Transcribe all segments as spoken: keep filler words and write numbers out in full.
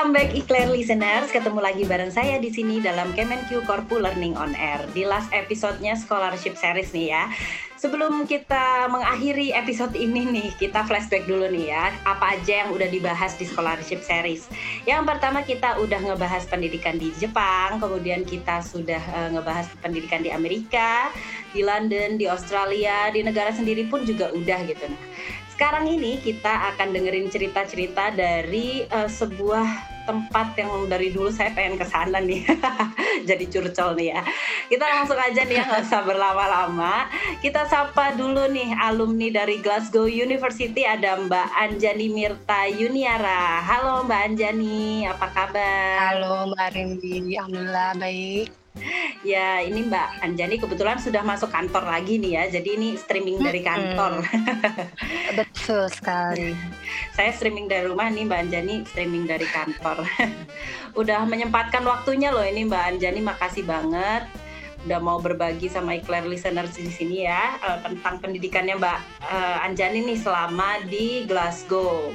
Welcome back Eclair listeners, ketemu lagi bareng saya di sini dalam Kemenq Korpu Learning on Air di last episode-nya Scholarship Series nih ya. Sebelum kita mengakhiri episode ini nih, kita flashback dulu nih ya, apa aja yang udah dibahas di Scholarship Series. Yang pertama kita udah ngebahas pendidikan di Jepang, kemudian kita sudah uh, ngebahas pendidikan di Amerika, di London, di Australia, di negara sendiri pun juga udah gitu. Nah, sekarang ini kita akan dengerin cerita-cerita dari uh, sebuah tempat yang dari dulu saya pengen ke sana nih. Jadi curcol nih ya. Kita langsung aja nih ya, nggak usah berlama-lama. Kita sapa dulu nih alumni dari Glasgow University, ada Mbak Anjani Mirta Yuniara. Halo Mbak Anjani, apa kabar? Halo Mbak Rindy, alhamdulillah baik. Ya, ini Mbak Anjani kebetulan sudah masuk kantor lagi nih ya. Jadi ini streaming dari kantor. Hmm, betul sekali. Saya streaming dari rumah nih, Mbak Anjani streaming dari kantor. Udah menyempatkan waktunya loh ini Mbak Anjani, makasih banget. Udah mau berbagi sama Eclair listeners di sini ya uh, tentang pendidikannya Mbak uh, Anjani nih selama di Glasgow.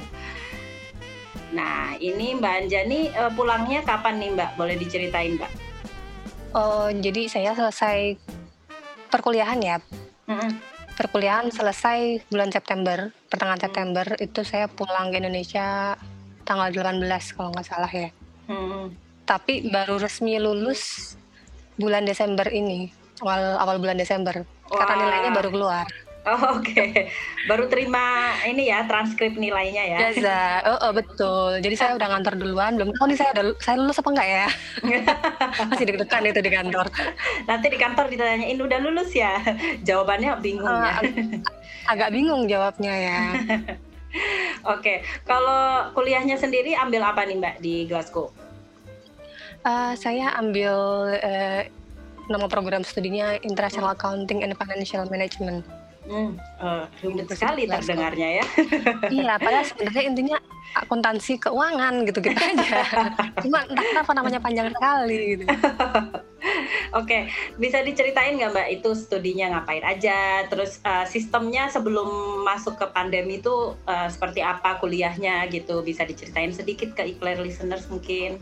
Nah, ini Mbak Anjani uh, pulangnya kapan nih Mbak? Boleh diceritain Mbak? Oh, jadi saya selesai perkuliahan ya. Mm-mm. Perkuliahan selesai bulan September, pertengahan September itu saya pulang ke Indonesia tanggal delapan belas kalau nggak salah ya. Mm-mm. Tapi baru resmi lulus bulan Desember ini, awal awal bulan Desember. Wah. Karena nilainya baru keluar. Oh, oke, okay. Baru terima ini ya transkrip nilainya ya. Jaza, oh, oh betul. Jadi saya udah ngantor duluan, belum tahu nih saya udah saya lulus apa enggak ya. Masih deg-degan itu di kantor. Nanti di kantor ditanyain udah lulus ya, jawabannya bingung ya. Uh, ag- agak bingung jawabnya ya. Oke, okay. Kalau kuliahnya sendiri ambil apa nih Mbak di Glasgow? Uh, saya ambil uh, nama program studinya International Accounting and Financial Management. Hmm, uh, rumit sekali terdengarnya ya. Iya, padahal sebenarnya intinya akuntansi keuangan gitu-gitu aja. Cuma entah kenapa namanya panjang sekali gitu. Oke, bisa diceritain nggak Mbak itu studinya ngapain aja? Terus uh, sistemnya sebelum masuk ke pandemi itu uh, seperti apa kuliahnya gitu? Bisa diceritain sedikit ke Eclair listeners mungkin?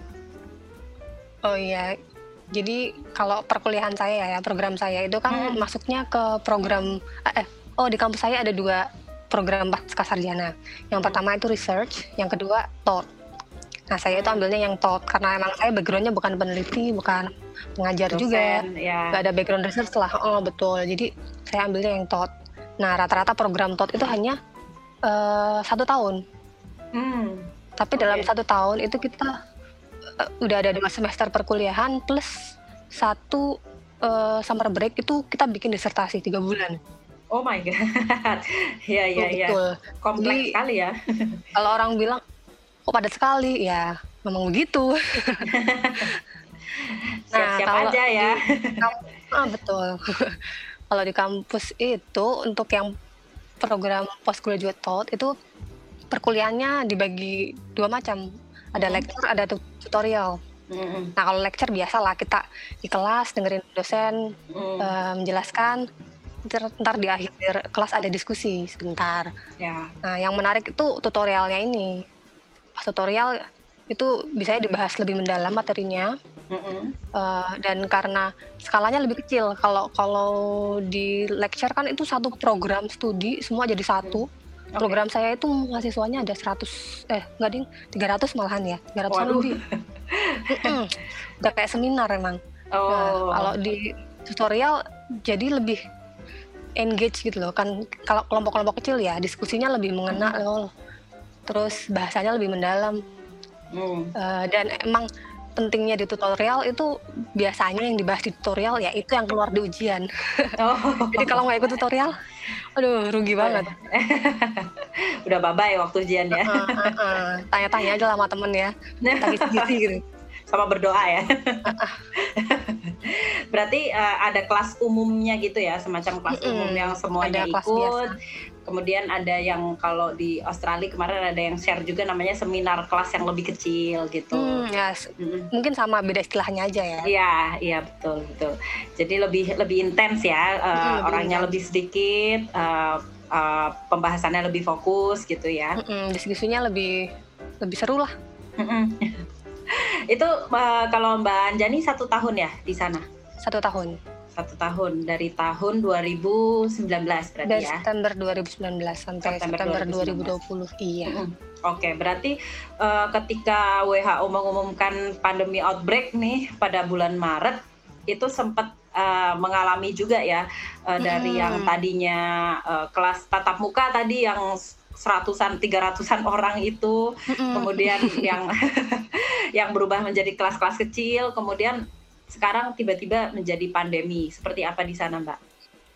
Oh iya. Jadi kalau perkuliahan saya ya, program saya itu kan hmm. masuknya ke program eh oh di kampus saya ada dua program pasca sarjana. Yang hmm. pertama itu research, yang kedua taught. Nah, saya itu ambilnya yang taught karena emang saya background-nya bukan peneliti, bukan pengajar dosen, juga. Ya. Gak ada background research lah. Oh, betul. Jadi saya ambilnya yang taught. Nah, rata-rata program taught itu hanya uh, satu tahun. Hmm. Tapi okay. dalam satu tahun itu kita Uh, udah ada dua semester perkuliahan plus satu uh, summer break itu kita bikin disertasi tiga bulan. Oh my god, ya ya ya, kompleks sekali ya. Kalau orang bilang kok padat sekali, ya memang begitu. Siap-siap nah, aja ya. Di, ah betul. Kalau di kampus itu untuk yang program postgraduate taught itu perkuliahannya dibagi dua macam. Ada lecture, ada tutorial. Mm-hmm. Nah kalau lecture biasalah kita di kelas dengerin dosen mm. uh, menjelaskan, ntar, ntar di akhir kelas ada diskusi sebentar. Yeah. Nah yang menarik itu tutorialnya ini. Pas tutorial itu bisa dibahas lebih mendalam materinya. Mm-hmm. Uh, dan karena skalanya lebih kecil. Kalau kalau di lecture kan itu satu program studi semua jadi satu. Mm. Okay. Program saya itu mahasiswanya ada seratus eh enggak ding tiga ratus malahan ya tiga ratus lebih. Udah kayak seminar emang. Oh. Nah, kalau di tutorial jadi lebih engage gitu loh kan, kalau kelompok-kelompok kecil ya diskusinya lebih mengena loh. Terus bahasanya lebih mendalam. Hmm. Uh, dan emang pentingnya di tutorial itu biasanya yang dibahas di tutorial ya itu yang keluar di ujian. Oh. Jadi kalau nggak ikut tutorial, aduh rugi banget. Udah bye-bye waktu ujian ya. Uh, uh, uh. Tanya-tanya aja lah sama temen ya, tagih-tagih gitu. Sama berdoa ya. Berarti uh, ada kelas umumnya gitu ya, semacam kelas mm-hmm. umum yang semuanya ada ikut. Kemudian ada yang kalau di Australia kemarin ada yang share juga namanya seminar kelas yang lebih kecil gitu. Hmm, ya, mm-hmm. Mungkin sama beda istilahnya aja ya. Iya, iya betul betul. Jadi lebih lebih intens ya, uh, mm, orangnya lebih sedikit, uh, uh, pembahasannya lebih fokus gitu ya. Mm-hmm. Diskusinya lebih lebih seru lah. Mm-hmm. Itu uh, kalau Mbak Anjani satu tahun ya di sana? Satu tahun. Satu tahun dari tahun dua ribu sembilan belas berarti Dari ya? September dua ribu sembilan belas sampai September September dua ribu dua sembilan ribu belas. dua puluh. Iya. Mm-mm. Oke, berarti uh, ketika W H O mengumumkan pandemi outbreak nih pada bulan Maret, itu sempat uh, mengalami juga ya uh, dari yang Mm-mm. tadinya uh, kelas tatap muka tadi yang seratusan, tiga ratusan orang itu, Mm-mm. kemudian yang yang berubah menjadi kelas-kelas kecil, kemudian sekarang tiba-tiba menjadi pandemi. Seperti apa di sana, Mbak?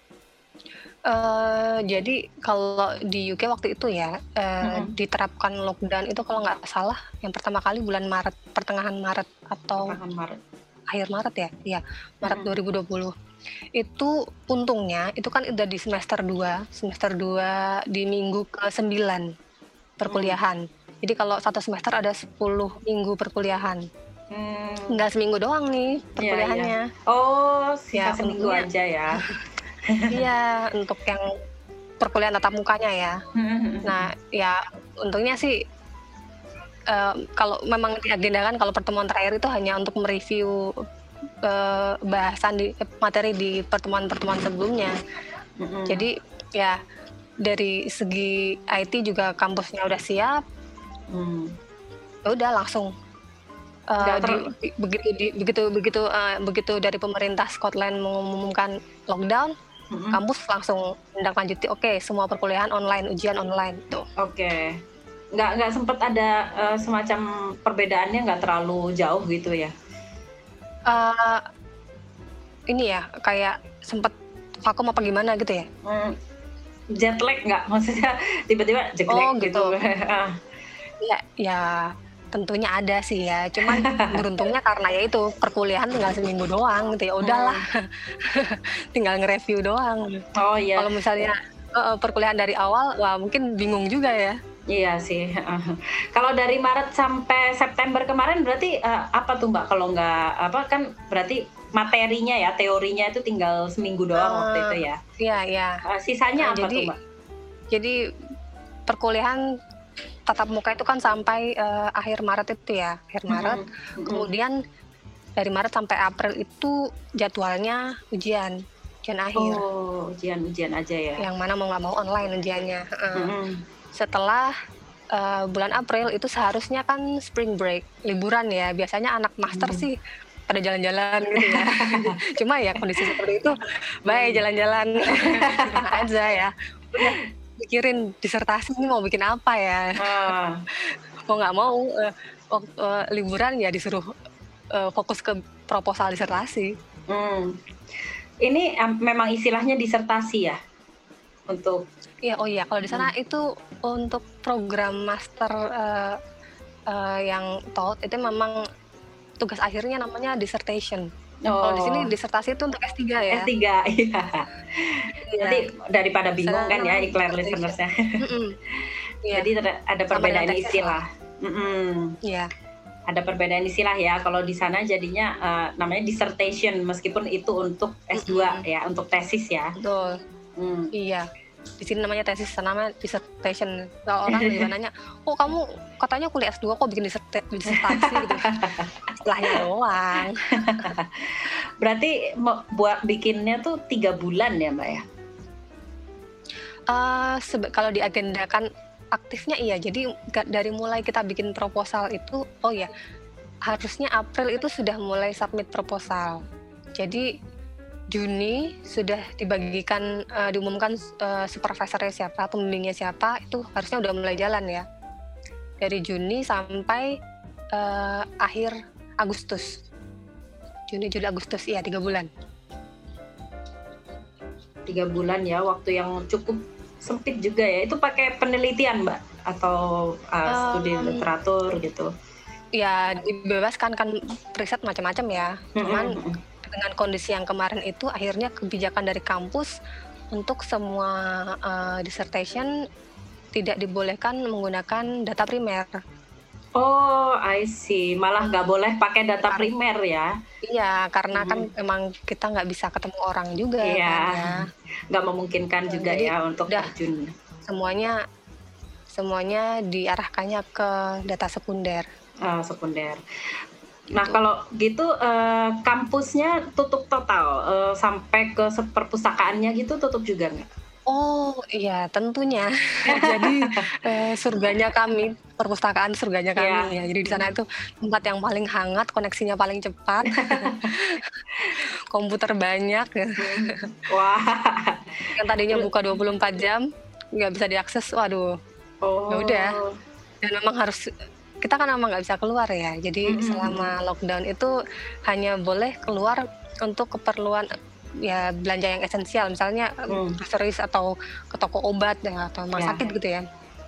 Uh, jadi kalau di U K waktu itu ya uh, Mm-mm. diterapkan lockdown itu kalau nggak salah yang pertama kali bulan Maret, pertengahan Maret atau Pertengahan Maret. akhir Maret ya, iya Maret Mm-mm. dua ribu dua puluh. Itu untungnya itu kan udah di semester dua, semester dua di minggu ke sembilan perkuliahan. Jadi kalau satu semester ada sepuluh minggu perkuliahan. Hmm. Nggak seminggu doang Iya, nih iya. perkuliahannya. Oh, sisa Ya, seminggu untungnya aja ya. iya untuk yang perkuliahan tatap mukanya ya. Nah, ya untungnya sih eh, kalau memang diagendakan kalau pertemuan terakhir itu hanya untuk mereview eh, bahasan di materi di pertemuan-pertemuan sebelumnya. Mm-mm. Jadi ya dari segi I T juga kampusnya udah siap, Hmm. ya udah langsung eh, Nggak ter- di- di- begitu di- begitu begitu eh, begitu dari pemerintah Scotland mengumumkan lockdown, Mm-mm. kampus langsung menindaklanjuti oke semua perkuliahan online, ujian online tuh. Oke. Nggak nggak sempat ada eh, semacam perbedaannya nggak terlalu jauh gitu ya? Eh, ini ya kayak sempet vakum apa gimana gitu ya. Hmm. Jet lag nggak? Maksudnya tiba-tiba jet Oh, lag gitu. gitu. Ah. Ya, ya tentunya ada sih ya. Cuman beruntungnya karena ya itu perkuliahan tinggal seminggu doang gitu ya. Udahlah, tinggal nge-review doang. Oh iya. Kalau misalnya eh, perkuliahan dari awal, wah mungkin bingung juga ya. Iya sih. Kalau dari Maret sampai September kemarin berarti eh, apa tuh Mbak? Kalau nggak apa kan berarti materinya ya, teorinya itu tinggal seminggu doang waktu itu ya. Iya, iya. Eh, sisanya Eh, apa jadi, tuh Mbak? Jadi perkuliahan tatap muka itu kan sampai eh, akhir Maret itu ya, akhir Maret. Mm-mm. Kemudian dari Maret sampai April itu jadwalnya ujian, ujian akhir. Oh, ujian-ujian aja ya. Yang mana mau nggak mau online ujiannya. Heeh. Mm-mm. Setelah uh, bulan April itu seharusnya kan spring break, liburan ya. Biasanya anak master Hmm. sih pada jalan-jalan gitu ya. Cuma ya kondisi seperti itu, baik jalan-jalan aja ya. Udah mikirin disertasi ini mau bikin apa ya. Ah. Mau nggak mau uh, wak- uh, liburan ya disuruh uh, fokus ke proposal disertasi. Hmm. Ini em, memang istilahnya disertasi ya untuk Iya, oh iya, kalau di sana itu untuk program master uh, uh, yang T O T itu memang tugas akhirnya namanya dissertation. Kalau di sini oh, disertasi itu untuk S tiga ya. S tiga, iya. Iya. Jadi daripada bingung Sana kan ya namanya iklan dissertation. listenersnya. Mm-mm. Iya, Jadi ter- ada Sama perbedaan dengan tesis istilah. Mm-mm. iya, Ada perbedaan istilah ya. Kalau di sana jadinya eh, namanya dissertation meskipun itu untuk S dua Mm-mm. ya, untuk tesis ya. betul. Hmm. Iya. Di sini namanya tesis, sana namanya dissertation. Kalau orang juga nanya, "Oh, kamu katanya kuliah S dua kok bikin disserta- disertasi gitu." Istilahnya doang. Berarti me- buat bikinnya tuh tiga bulan ya Mbak ya? Eh, sebe- kalau diagendakan aktifnya iya. Jadi ga- dari mulai kita bikin proposal itu, oh ya, harusnya April itu sudah mulai submit proposal. Jadi Juni sudah dibagikan, eh, diumumkan eh, supervisornya siapa, pembimbingnya siapa, itu harusnya udah mulai jalan ya. Dari Juni sampai eh, akhir Agustus. Juni, Juli, Agustus, iya tiga bulan. Tiga bulan ya, waktu yang cukup sempit juga ya. Itu pakai penelitian Mbak atau uh, studi Um, literatur gitu? Ya dibebaskan kan riset macam-macam ya. Cuman Mm-mm. dengan kondisi yang kemarin itu akhirnya kebijakan dari kampus untuk semua uh, dissertation tidak dibolehkan menggunakan data primer. Oh, I see. Malah nggak boleh pakai data primer ya? Iya, karena kan emang kita nggak bisa ketemu orang juga Iya, kan ya. nggak memungkinkan Hmm, juga jadi ya untuk udah. terjun. Semuanya semuanya diarahkannya ke data sekunder. uh, sekunder. Nah gitu. kalau gitu, eee, kampusnya tutup total, eee, sampai ke se perpustakaannya gitu tutup juga nggak? Oh, iya tentunya. Jadi, eee, surganya kami, perpustakaan surganya Iya, kami ya. Jadi di sana mhm. itu tempat yang paling hangat, koneksinya paling cepat, komputer banyak ya. Mhm, wah. Yang tadinya Teru buka dua puluh empat jam, nggak bisa diakses, waduh, ya udah. Oh. Dan memang harus kita kan memang nggak bisa keluar ya, jadi Mhm mhm. selama lockdown itu hanya boleh keluar untuk keperluan, ya belanja yang esensial, misalnya, mmm, Mmm. groceries atau ke toko obat ya atau rumah Iya. sakit gitu ya.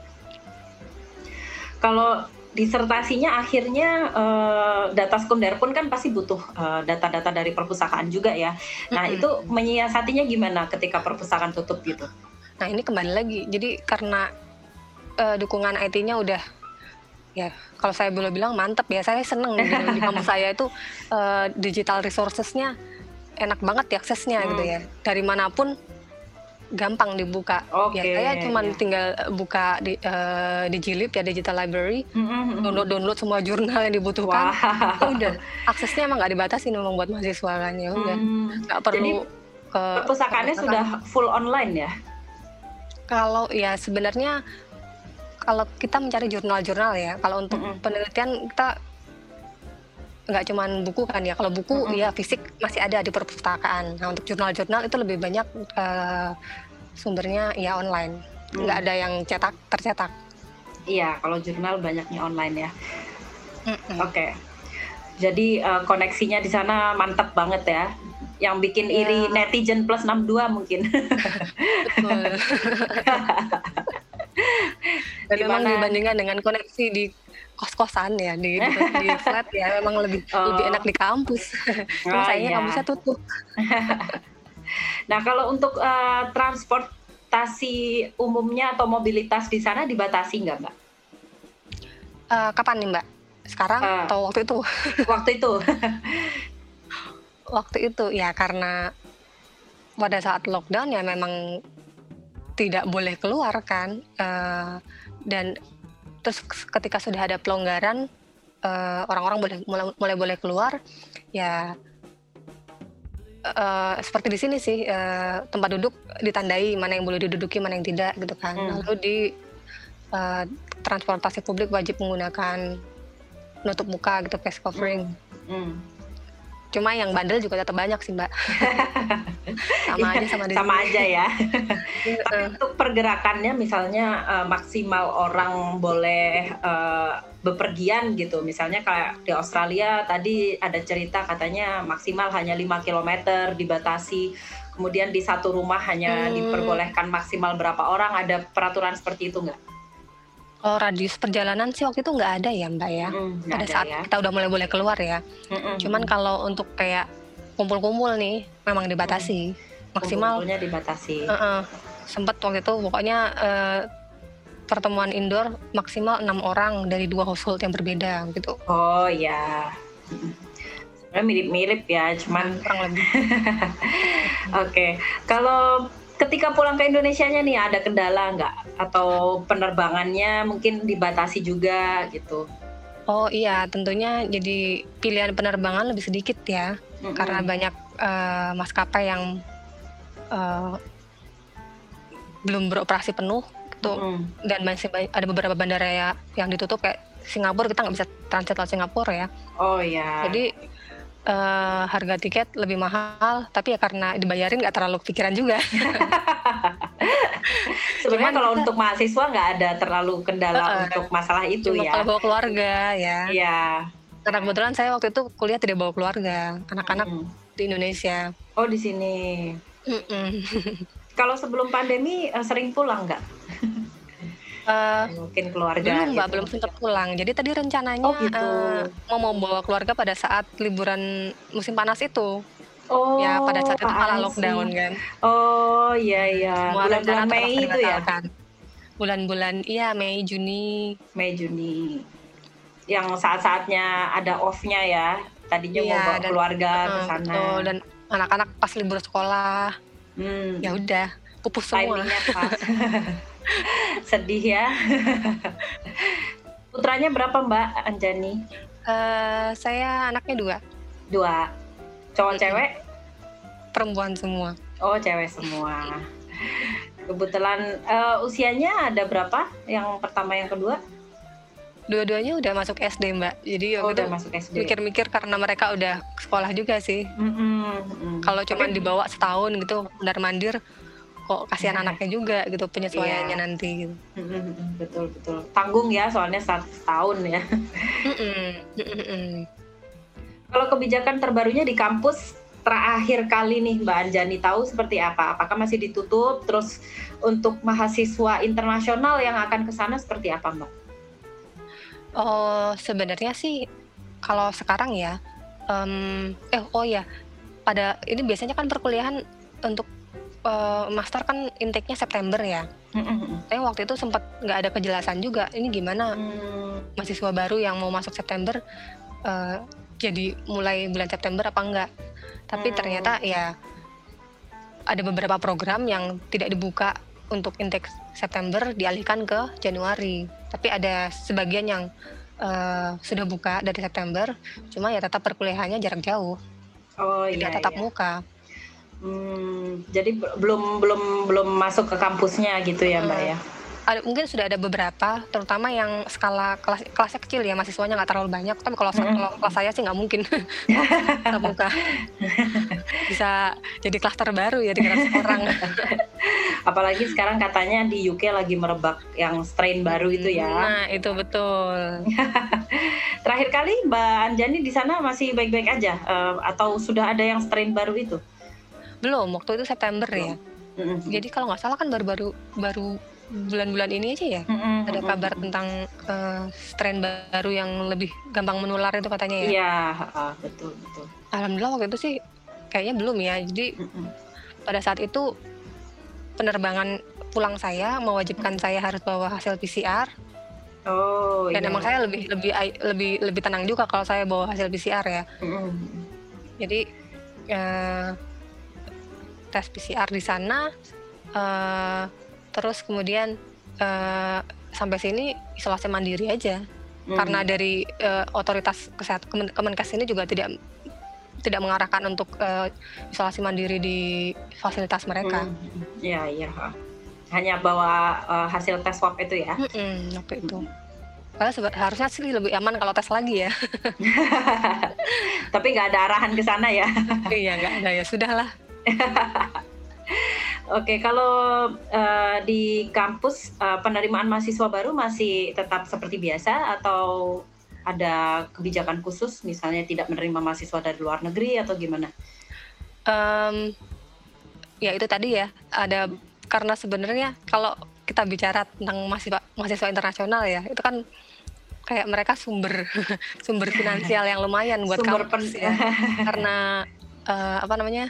Kalau disertasinya akhirnya, eee, data sekunder pun kan pasti butuh, eee, data-data dari perpustakaan juga ya. Nah itu Mhm. menyiasatinya gimana ketika perpustakaan tutup gitu? Nah ini kembali lagi, jadi karena, eee, dukungan I T-nya udah ya kalau saya boleh bilang mantep ya, saya seneng gitu di kampus saya itu, eee, digital resources-nya enak banget diaksesnya gitu Mmm. ya, dari mana pun gampang dibuka. Ya Oke, saya cuman iya. tinggal, eee, buka di eee, Digilib ya Digital Library, Mhm mhm mhm. download-download semua jurnal yang dibutuhkan, ya udah, Wow. aksesnya emang nggak dibatasin memang buat mahasiswa kan, ya udah, Mmm, nggak jadi perlu ke perpustakaannya sudah perpustakaan. full online ya? Kalau ya sebenarnya, kalau kita mencari jurnal-jurnal ya, kalau untuk Mhm. penelitian kita nggak cuman buku kan ya, kalau buku Mhm. ya fisik masih ada di perpustakaan. Nah untuk jurnal-jurnal itu lebih banyak, eee, sumbernya ya online, nggak Mmm. ada yang cetak tercetak. Iya, kalau jurnal banyaknya online ya. Mhm. Oke. Jadi, eee, koneksinya di sana mantap banget ya, yang bikin iri Iya. netizen plus enam dua mungkin. Betul. Dan Di memang mana dibandingkan dengan koneksi di kos-kosan ya, di di te di flat ya memang lebih lebih enak Oh. di kampus. Cuma Oh sayangnya iya. kampusnya tutup. Nah kalau untuk, eee, transportasi umumnya atau mobilitas di sana dibatasi nggak, Mbak? Eee, kapan nih, Mbak? Sekarang Eee, atau waktu itu? waktu itu. Waktu itu, ya karena pada saat lockdown ya memang tidak boleh keluar kan, eee, dan terus ketika sudah ada pelonggaran, eee, orang-orang boleh mulai mulai boleh keluar, ya eee, seperti di sini sih, eee, tempat duduk ditandai mana yang boleh diduduki, mana yang tidak gitu kan. Mmm. Lalu di, eee, transportasi publik wajib menggunakan penutup muka gitu, face covering. Mmm, mmm. Cuma yang bandel juga tetap banyak sih, Mbak. Sama Iya, aja sama di sama sini. aja ya. Tapi Heeh. untuk pergerakannya misalnya, eee, maksimal orang boleh, eee, bepergian gitu, misalnya kayak di Australia tadi ada cerita katanya maksimal hanya lima kilometer dibatasi, kemudian di satu rumah hanya Mmm. diperbolehkan maksimal berapa orang, ada peraturan seperti itu nggak? Oh, radius perjalanan sih waktu itu nggak ada ya, Mbak, ya, Mhm, nggak pada ada saat ya. kita udah mulai boleh keluar ya. Mhm Cuman mhm. kalau untuk kayak kumpul-kumpul nih, memang Mhm. dibatasi. Maksimal Kumpul-kumpulnya dibatasi. heeh, sempet waktu itu pokoknya, eee, pertemuan indoor maksimal enam orang dari dua household yang berbeda gitu. Oh iya, mhm. Sebenarnya mirip-mirip ya, Mhm, cuman kurang lebih. Mhm. oke. Kalau ketika pulang ke Indonesianya nih ada kendala nggak? Atau penerbangannya mungkin dibatasi juga gitu? Oh iya, tentunya jadi pilihan penerbangan lebih sedikit ya, karena Mhm. banyak, eee, maskapai yang, eee belum beroperasi penuh gitu, Mhm. dan masih ba ada beberapa bandara ya yang ditutup kayak Singapura kita nggak bisa transit lewat Singapura ya. Oh ya. Jadi, eee, harga tiket lebih mahal, tapi ya karena dibayarin nggak terlalu kepikiran juga. Sebenarnya Cuman kalau kita untuk mahasiswa nggak ada terlalu kendala Heeh, untuk masalah itu cuma kalau ya. bawa keluarga ya. Iya. Karena kebetulan saya waktu itu kuliah tidak bawa keluarga, anak-anak Mhm. di Indonesia. Oh di sini. Mhm. Kalau sebelum pandemi, eee, sering pulang nggak? Eee, Nengokin keluarga belum, Mbak, gitu? belum sempet pulang. Jadi tadi Oh rencananya, gitu. eee, mau mau bawa keluarga pada saat liburan musim panas itu. Ya pada Oh, saat itu malah I lockdown see. kan. Oh, iya iya, Semua bulan-bulan rencana terpaksa Mei itu ya? dibatalkan. Bulan-bulan iya, Mei, Juni. Mei, Juni. Yang saat-saatnya ada off-nya ya, tadinya mau Iya, bawa dan keluarga ke heeh, betul, sana. dan anak-anak pas libur sekolah, ya Mmm. udah, pupus semua. Timing-nya pas. Sedih ya. Putranya berapa, Mbak, Anjani? Eee, saya anaknya dua. dua. Cowok Mhm. cewek? Perempuan semua. Oh, cewek semua. Kebetulan, eee, usianya ada berapa? Yang pertama, yang kedua? Dua-duanya udah masuk S D, Mbak. Jadi Oh, waktu itu udah masuk S D. mikir-mikir karena mereka udah sekolah juga sih. Mhm mhm. Kalau cuman Tapi dibawa setahun gitu mondar-mandir, kok kasihan anaknya juga gitu penyesuaiannya Iya. nanti gitu. Mhm mhm, betul betul. Tanggung ya soalnya sat setahun ya. Mhm, mhm mhm. Kalau kebijakan terbarunya di kampus terakhir kali nih Mbak Anjani tahu seperti apa? Apakah masih ditutup? Terus untuk mahasiswa internasional yang akan ke sana seperti apa, Mbak? Oh, sebenarnya sih kalau sekarang ya, mmm, eh, oh ya, pada ini biasanya kan perkuliahan untuk, eee, master kan intake-nya September ya. Mhm mhm. Tapi waktu itu sempet nggak ada kejelasan juga, ini gimana Mmm. mahasiswa baru yang mau masuk September, eee, jadi mulai bulan September apa enggak. Tapi Mmm. ternyata ya ada beberapa program yang tidak dibuka untuk intake September dialihkan ke Januari. Tapi ada sebagian yang, eee, sudah buka dari September, cuma ya tetap perkuliahannya jarak jauh. Oh, Tidak iya tatap iya. muka. Mmm, jadi be belum belum belum masuk ke kampusnya gitu ya, Mbak, Heeh. ya? Ada mungkin sudah ada beberapa, terutama yang skala kelas kelasnya kecil ya, mahasiswanya nggak terlalu banyak, tapi kalau sa Mhm kalau kelas mhm. saya sih nggak mungkin tatap muka. Bisa jadi klaster baru ya tiga ratus orang. Apalagi sekarang katanya di U K lagi merebak yang strain baru itu Mhm, ya. nah itu betul. Terakhir kali Mbak Anjani di sana masih baik-baik aja, eee, atau sudah ada yang strain baru itu? Belum, waktu itu September Belum? ya. Mhm mhm. Jadi kalau nggak salah kan baru-baru baru bulan-bulan ini aja ya, Mhm ada mhm kabar mhm. tentang, eee, strain baru yang lebih gampang menular itu katanya ya. Iya, heeh, betul betul. Alhamdulillah waktu itu sih kayaknya belum ya. Jadi Mhm. pada saat itu penerbangan pulang saya mewajibkan Mhm. saya harus bawa hasil P C R. Oh, Dan emang iya. saya lebih lebih ai lebih lebih tenang juga kalau saya bawa hasil P C R ya. Mhm mhm. Jadi, eee, tes P C R di sana, eee, terus kemudian, eee, sampai sini isolasi mandiri aja. Karena Mmm. dari, eee, otoritas kesehat Kemen Kemenkes ini juga tidak tidak mengarahkan untuk, eee, isolasi mandiri di fasilitas Mhm mereka. mhm. Iya iya, heeh. Hanya bawa, eee, hasil tes swab itu ya? Mhm, waktu itu. Mhm. Padahal sebe harusnya sih lebih aman kalau tes lagi ya. Tapi nggak ada arahan ke sana ya? Iya, nggak ada, ya sudahlah. Oke, kalau, eee, di kampus, eee, penerimaan mahasiswa baru masih tetap seperti biasa atau ada kebijakan khusus misalnya tidak menerima mahasiswa dari luar negeri atau gimana? Mmm, ya itu tadi ya, ada Mhm. karena sebenarnya kalau kita bicara tentang mahasiswa mahasiswa internasional ya, itu kan kayak mereka sumber sumber finansial yang lumayan buat Sumber pen kampus ya. Karena, eee, apa namanya,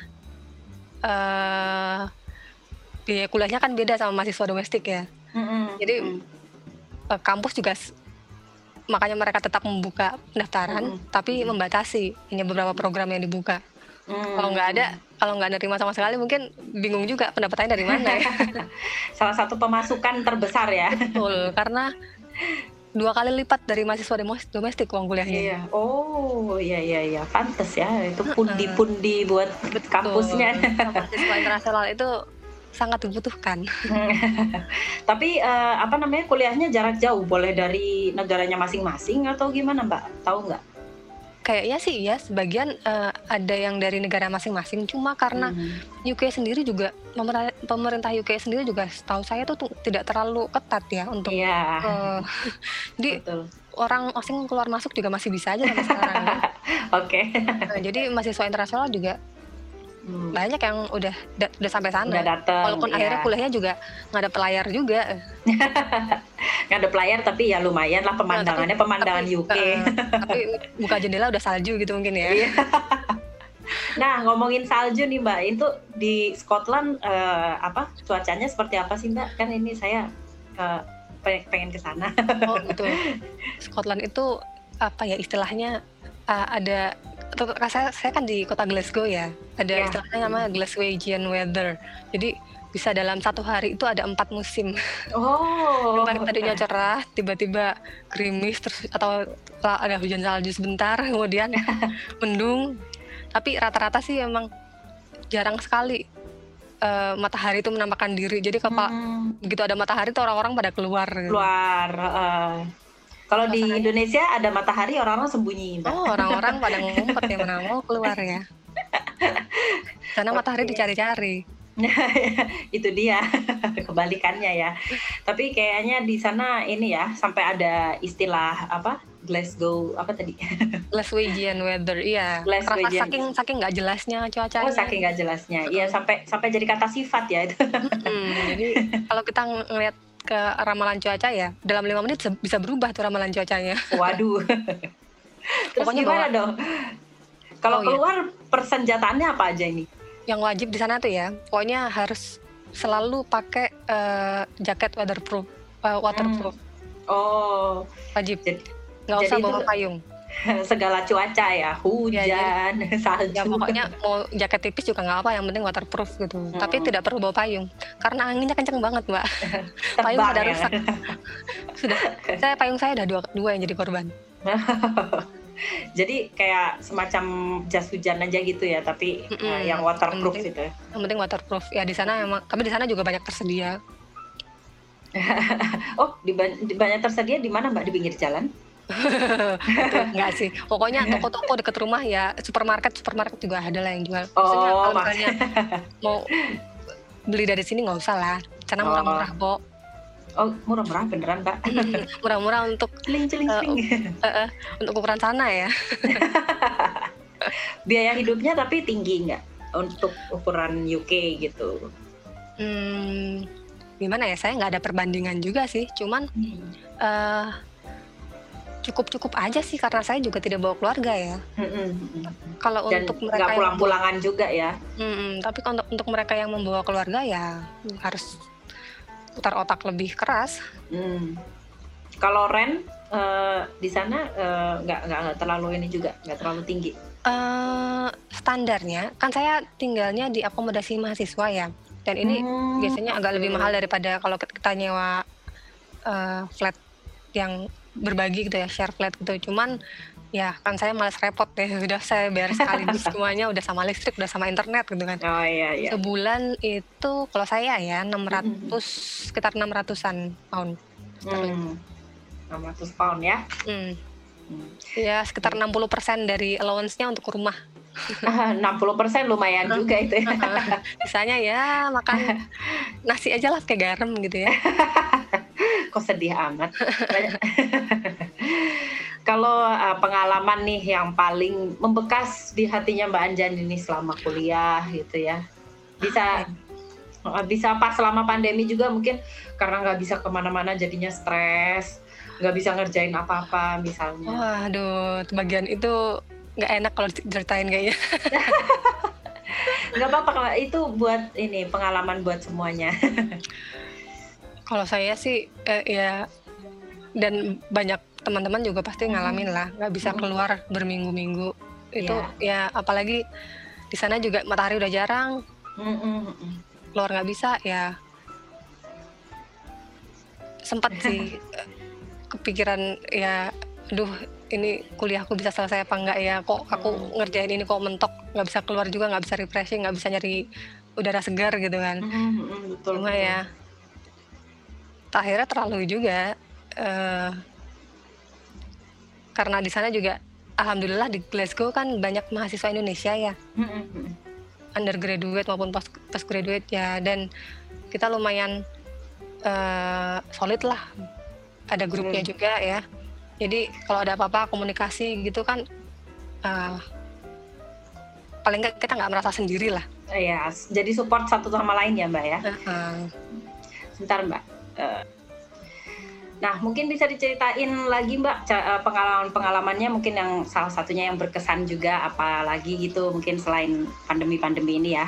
eee, biaya kuliahnya kan beda sama mahasiswa domestik ya. Mhm Jadi, mhm. eee, kampus juga s makanya mereka tetap membuka pendaftaran, Mhm tapi mhm. membatasi, hanya beberapa Mhm. program yang dibuka. Kalau nggak ada Mmm. kalau nggak nerima sama sekali mungkin bingung juga pendapatannya dari mana ya. Salah satu pemasukan terbesar ya? Betul, karena dua kali lipat dari mahasiswa demos domestik uang kuliahnya. Iya. Oh, iya iya iya, pantes ya itu Heeh. pundi-pundi buat kampusnya. Betul, mahasiswa internasional itu sangat dibutuhkan. Tapi, eee, apa namanya, kuliahnya jarak jauh? Boleh dari negaranya masing-masing atau gimana, Mbak? Tahu nggak? Kayaknya sih ya, sebagian, eee, ada yang dari negara masing-masing, cuma karena Mmm. U K sendiri juga pemera pemerintah U K sendiri juga setahu saya tuh tuh tidak terlalu ketat ya untuk, Iya. eee, jadi Betul. orang asing keluar masuk juga masih bisa aja sampai sekarang kan. Oke. Eee, jadi mahasiswa internasional juga Mmm. banyak yang udah da udah sampai Udah sana. dateng, Walaupun akhirnya iya. kuliahnya juga ngadep layar juga. Ngadep layar tapi ya lumayanlah Eee, tapi pemandangannya tapi pemandangan U K. heeh, tapi buka jendela udah salju gitu mungkin ya. Iya. Nah, ngomongin salju nih, Mbak, itu di Scotland, eee, apa, cuacanya seperti apa sih, Mbak? Kan ini saya, eee, pe pengen ke sana. Oh gitu. Scotland itu, apa ya istilahnya, eee, ada te saya saya kan di kota Glasgow ya, ada Iya, istilahnya mhm. namanya Glaswegian weather. Jadi bisa dalam satu hari itu ada empat musim. Oh. Yang paling tadinya cerah, tiba-tiba gerimis terus atau la- ada hujan salju sebentar, kemudian mendung. Tapi rata-rata sih emang jarang sekali eh, matahari itu menampakkan diri. Jadi kalau Hmm, begitu ada matahari tuh orang-orang pada keluar gitu. keluar. heeh. Kalau di Suasananya. Indonesia ada matahari, orang-orang sembunyi, Mbak. Oh, orang-orang pada ngumpet ya mana mau keluar ya. Karena matahari Oke. dicari-cari. Itu dia kebalikannya ya. Tapi kayaknya di sana ini ya sampai ada istilah apa? Glasgow apa tadi? Glaswegian weather, iya. Karena Glaswegian. saking saking nggak jelasnya Oh, cuacanya. saking nggak jelasnya. Iya, sampai sampai jadi kata sifat ya itu. Hmm, jadi kalau kita ng- ngeliat ke ramalan cuaca ya, dalam lima menit se- bisa berubah tuh ramalan cuacanya. Waduh. Terus Pokoknya gimana bawa- dong? Kalau Oh, iya. keluar persenjataannya apa aja ini? Yang wajib di sana tuh ya, pokoknya harus selalu pakai eh, jaket weatherproof, eh, waterproof, Oh, wajib. jadi, Nggak usah jadi bawa itu payung. segala cuaca ya, hujan, salju. Ya pokoknya mau jaket tipis juga nggak apa, yang penting waterproof gitu. Tapi Hmm. tidak perlu bawa payung, karena anginnya kenceng banget mbak. Payung Terbang pada ya. rusak. Sudah, saya payung saya udah dua, dua yang jadi korban. Jadi kayak semacam jas hujan aja gitu ya, tapi Mm-mm. uh, yang waterproof Yang penting- gitu. Yang penting waterproof. Ya di sana emang, tapi di sana juga banyak tersedia. Oh, di, ba- di banyak tersedia di mana Mbak? Di pinggir jalan? Itu enggak sih. Pokoknya toko-toko deket rumah ya, supermarket supermarket juga ada lah yang jual. Maksudnya Oh, kalau mak- misalnya mau beli dari sini nggak usah lah, karena Oh. murah-murah kok. Oh, murah-murah beneran Mbak. Murah-murah untuk Celing, celing, Eh, celing. eh, eh, untuk ukuran sana ya. Biaya hidupnya tapi tinggi nggak untuk ukuran U K gitu? Hmm, gimana ya? Saya nggak ada perbandingan juga sih. Cuman eh, cukup-cukup aja sih karena saya juga tidak bawa keluarga ya. Mm-mm. Kalau Dan untuk mereka nggak yang pulang-pulangan juga ya? Mm-mm, tapi kalau untuk, untuk mereka yang membawa keluarga ya harus putar otak lebih keras. Hmm. Kalau rent eh, di sana eh, nggak nggak nggak terlalu ini juga, nggak terlalu tinggi. Eh, standarnya kan saya tinggalnya di akomodasi mahasiswa ya, dan ini Hmm, biasanya agak oke. lebih mahal daripada kalau kita nyewa eh, flat yang berbagi gitu ya, share flat gitu. Cuman ya kan saya malas repot deh, udah saya bayar sekaligus semuanya, udah sama listrik, udah sama internet gitu kan. Oh iya iya. Sebulan itu kalau saya ya enam ratus, sekitar enam ratusan pound. Hmm. enam ratus pound ya. Hmm. Hmm. Ya sekitar enam puluh persen dari allowance-nya untuk rumah. enam puluh persen lumayan juga itu ya. Misalnya ya makan nasi aja lah pakai garam gitu ya. Kok sedih amat. Banyak- Kalau uh, pengalaman nih yang paling membekas di hatinya Mbak Anjan ini selama kuliah gitu ya, bisa uh, bisa pas selama pandemi juga mungkin karena nggak bisa kemana-mana jadinya stres, nggak bisa ngerjain apa-apa misalnya. Waduh, bagian itu nggak enak kalau diceritain kayaknya. Nggak apa-apa, kalau itu buat ini pengalaman buat semuanya. Kalau saya sih eh, ya, dan banyak teman-teman juga pasti ngalamin lah, nggak bisa keluar berminggu-minggu. Itu ya apalagi di sana juga matahari udah jarang, Mm-mm-mm. keluar nggak bisa ya. Sempat sih eh, kepikiran ya, aduh ini kuliahku bisa selesai apa enggak ya, kok aku ngerjain ini kok mentok, nggak bisa keluar juga, nggak bisa refreshing, nggak bisa nyari udara segar gitu kan. Mm-mm, betul. Cuma betul. ya akhirnya terlalu juga eh, karena di sana juga alhamdulillah di Glasgow kan banyak mahasiswa Indonesia ya, Mm-mm-mm. undergraduate maupun post postgraduate ya, dan kita lumayan eh, solid lah, ada grupnya Hmm. juga ya. Jadi kalau ada apa-apa komunikasi gitu kan, eh, paling nggak kita nggak merasa sendiri lah. Iya, jadi support satu sama lain ya Mbak ya. Heeh. Sebentar Mbak. Eh, Nah, mungkin bisa diceritain lagi Mbak ca- eh, pengalaman-pengalamannya mungkin yang salah satunya yang berkesan juga, apalagi gitu mungkin selain pandemi-pandemi ini ya.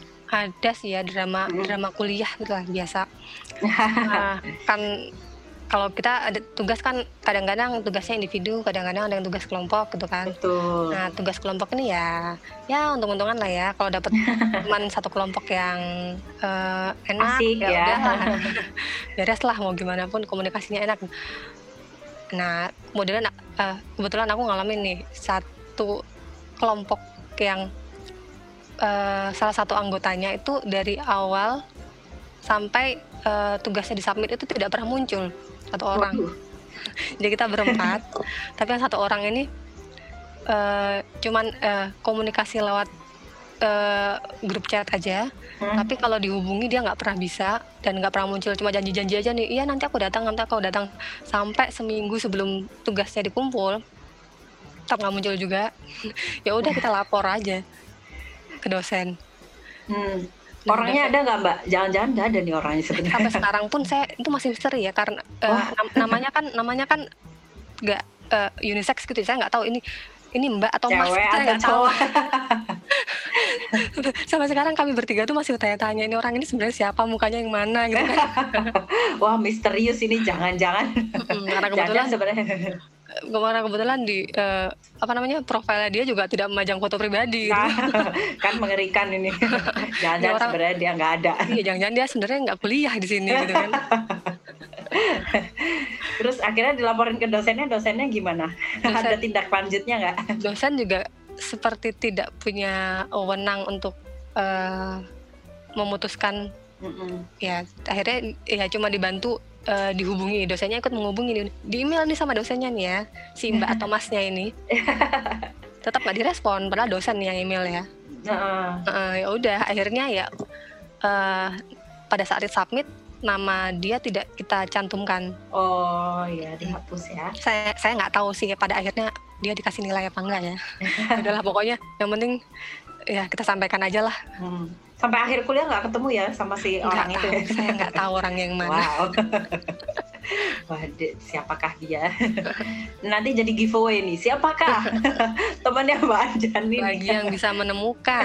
Ada sih ya drama Hmm. drama kuliah gitu lah biasa. Nah, kan kalau kita ada tugas kan kadang-kadang tugasnya individu, kadang-kadang ada yang tugas kelompok gitu kan. Betul. Nah, tugas kelompok ini ya, ya untung-untungan lah ya kalau dapat teman satu kelompok yang uh, enak, Asik ya ya. udah beres lah, mau gimana pun komunikasinya enak. Nah, kemudian uh, kebetulan aku ngalamin nih satu kelompok yang uh, salah satu anggotanya itu dari awal sampai uh, tugasnya disubmit itu tidak pernah muncul satu orang. Waduh. Jadi kita berempat, tapi yang satu orang ini uh, cuman uh, komunikasi lewat uh, grup chat aja. Hmm. Tapi kalau dihubungi dia nggak pernah bisa dan nggak pernah muncul, cuma janji-janji aja nih. Iya nanti aku datang, nanti aku datang. Sampai seminggu sebelum tugasnya dikumpul, tetap nggak muncul juga. Ya udah kita lapor aja ke dosen. Hmm. Orangnya ada nggak Mbak? Jangan-jangan nggak ada nih orangnya sebenarnya. Sampai sekarang pun saya itu masih misteri ya karena uh, namanya kan namanya kan nggak uh, unisex gitu. Saya nggak tahu ini ini Mbak atau Mas. Cewek Saya nggak tahu. cowok. Sampai sekarang kami bertiga tuh masih tanya-tanya ini orang ini sebenarnya siapa, mukanya yang mana gitu kan. Wah misterius ini, jangan-jangan. Mm, karena kebetulan sebenarnya. Karena kebetulan di uh, apa namanya profilnya dia juga tidak memajang foto pribadi. Nah, gitu. Kan mengerikan ini. Jangan-jangan orang, sebenarnya dia nggak ada. Iya, jangan-jangan dia sebenarnya nggak kuliah di sini gitu kan. Terus akhirnya dilaporin ke dosennya, dosennya gimana? Dosen, ada tindak lanjutnya nggak? Dosen juga seperti tidak punya wewenang untuk uh, memutuskan. Mm-mm. Ya akhirnya ya cuma dibantu uh, dihubungi, dosennya ikut menghubungi di email nih sama dosennya nih ya, si Mbak atau Masnya ini. Tetap nggak direspon, padahal dosen yang email ya. Uh. Uh, ya udah akhirnya ya uh, pada saat submit nama dia tidak kita cantumkan. Oh iya, dihapus ya. Saya saya nggak tahu sih pada akhirnya dia dikasih nilai apa enggak ya. Udahlah pokoknya yang penting ya kita sampaikan aja lah. Hmm. Sampai akhir kuliah nggak ketemu ya sama si nggak orang tahu, itu? Saya nggak tahu orang yang mana. Wow. Wah, siapakah dia? Nanti jadi giveaway nih. Siapakah temannya Mbak Anjani? Lagi yang bisa menemukan.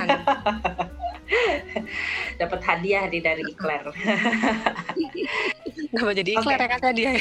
Dapat hadiah nih dari Ikler. Kenapa jadi Ikler okay. Ya kata dia?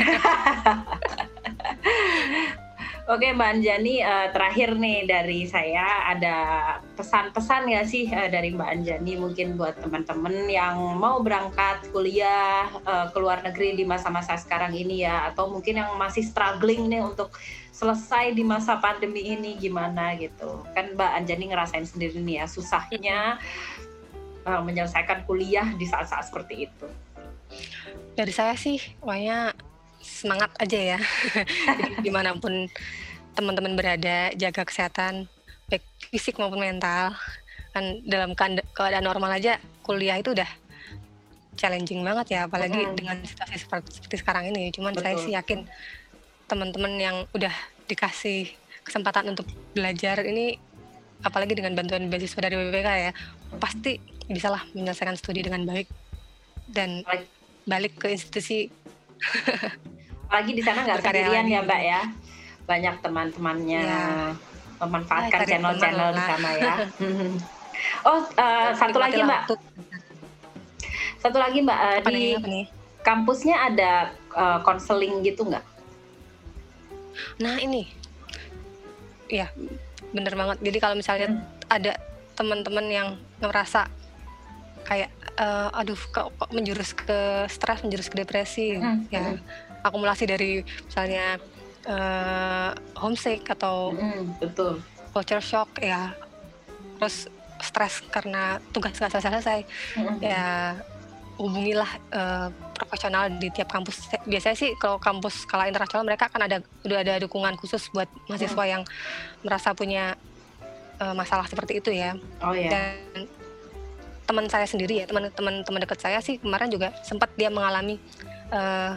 Oke Mbak Anjani, uh, terakhir nih dari saya ada pesan-pesan nggak sih uh, dari Mbak Anjani mungkin buat teman-teman yang mau berangkat kuliah uh, ke luar negeri di masa-masa sekarang ini ya, atau mungkin yang masih struggling nih untuk selesai di masa pandemi ini gimana gitu. Kan Mbak Anjani ngerasain sendiri nih ya susahnya uh, menyelesaikan kuliah di saat-saat seperti itu. Dari saya sih, pokoknya semangat aja ya. Jadi dimanapun teman-teman berada, jaga kesehatan baik fisik maupun mental. Kan dalam keadaan normal aja kuliah itu udah challenging banget ya, apalagi mm-hmm. dengan situasi seperti, seperti sekarang ini. Cuman Betul. Saya sih yakin teman-teman yang udah dikasih kesempatan untuk belajar ini, apalagi dengan bantuan beasiswa dari B P K ya, pasti bisalah menyelesaikan studi dengan baik dan balik ke institusi. Apalagi di sana nggak sendirian ya Mbak ya, banyak teman-temannya ya. Memanfaatkan ya, channel-channel di sana ya. Oh uh, satu lagi Mbak, satu lagi Mbak uh, di nih, kampusnya ada konseling uh, gitu nggak? Nah ini, ya bener banget. Jadi kalau misalnya hmm. ada teman-teman yang ngerasa kayak uh, aduh kok, kok menjurus ke stres, menjurus ke depresi, hmm. ya akumulasi dari misalnya uh, homesick atau hmm, betul. culture shock ya, terus stres karena tugas nggak selesai-selesai, hmm. ya hubungilah uh, profesional di tiap kampus. Biasanya sih kalau kampus skala internasional mereka kan ada udah ada dukungan khusus buat mahasiswa hmm. yang merasa punya uh, masalah seperti itu ya. Oh iya. Dan teman saya sendiri ya, teman-teman teman dekat saya sih kemarin juga sempat dia mengalami uh,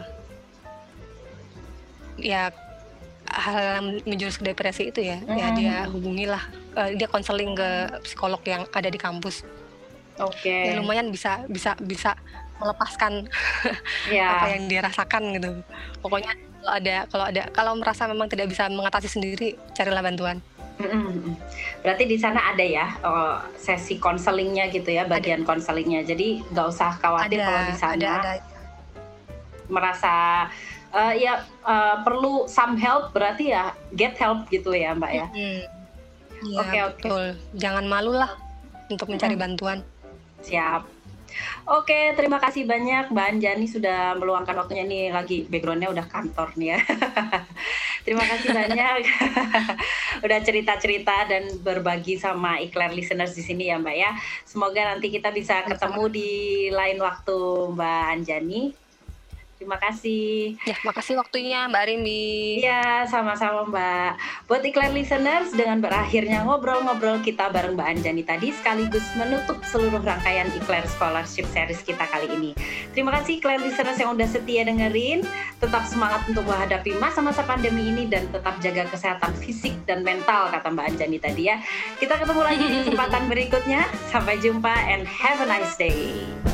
ya hal yang menjurus ke depresi itu ya, mm-hmm. ya dia hubungilah, uh, dia konseling ke psikolog yang ada di kampus. Oke. Okay. Ya, lumayan bisa bisa bisa melepaskan yeah. apa yang dia rasakan gitu. Pokoknya kalau ada kalau ada kalau merasa memang tidak bisa mengatasi sendiri, carilah bantuan. Mm-hmm. Berarti di sana ada ya oh, sesi konselingnya gitu ya, bagian konselingnya. Jadi nggak usah khawatir ada, kalau di sana ada, ada. merasa uh, ya uh, perlu some help berarti ya get help gitu ya Mbak ya. Mm-hmm. Ya Oke oke. betul, jangan malu lah untuk mencari bantuan. Siap. Oke, terima kasih banyak Mbak Anjani sudah meluangkan waktunya nih, lagi backgroundnya udah kantor nih ya. Terima kasih banyak udah cerita-cerita dan berbagi sama Eclair listeners di sini ya Mbak ya. Semoga nanti kita bisa ketemu di lain waktu Mbak Anjani. Terima kasih. Ya, makasih waktunya Mbak Rimbi. Iya, sama-sama Mbak. Buat Eclair listeners, dengan berakhirnya ngobrol-ngobrol kita bareng Mbak Anjani tadi, sekaligus menutup seluruh rangkaian Eclair Scholarship Series kita kali ini. Terima kasih Eclair listeners yang udah setia dengerin. Tetap semangat untuk menghadapi masa-masa pandemi ini dan tetap jaga kesehatan fisik dan mental, kata Mbak Anjani tadi ya. Kita ketemu lagi di kesempatan berikutnya. Sampai jumpa and have a nice day.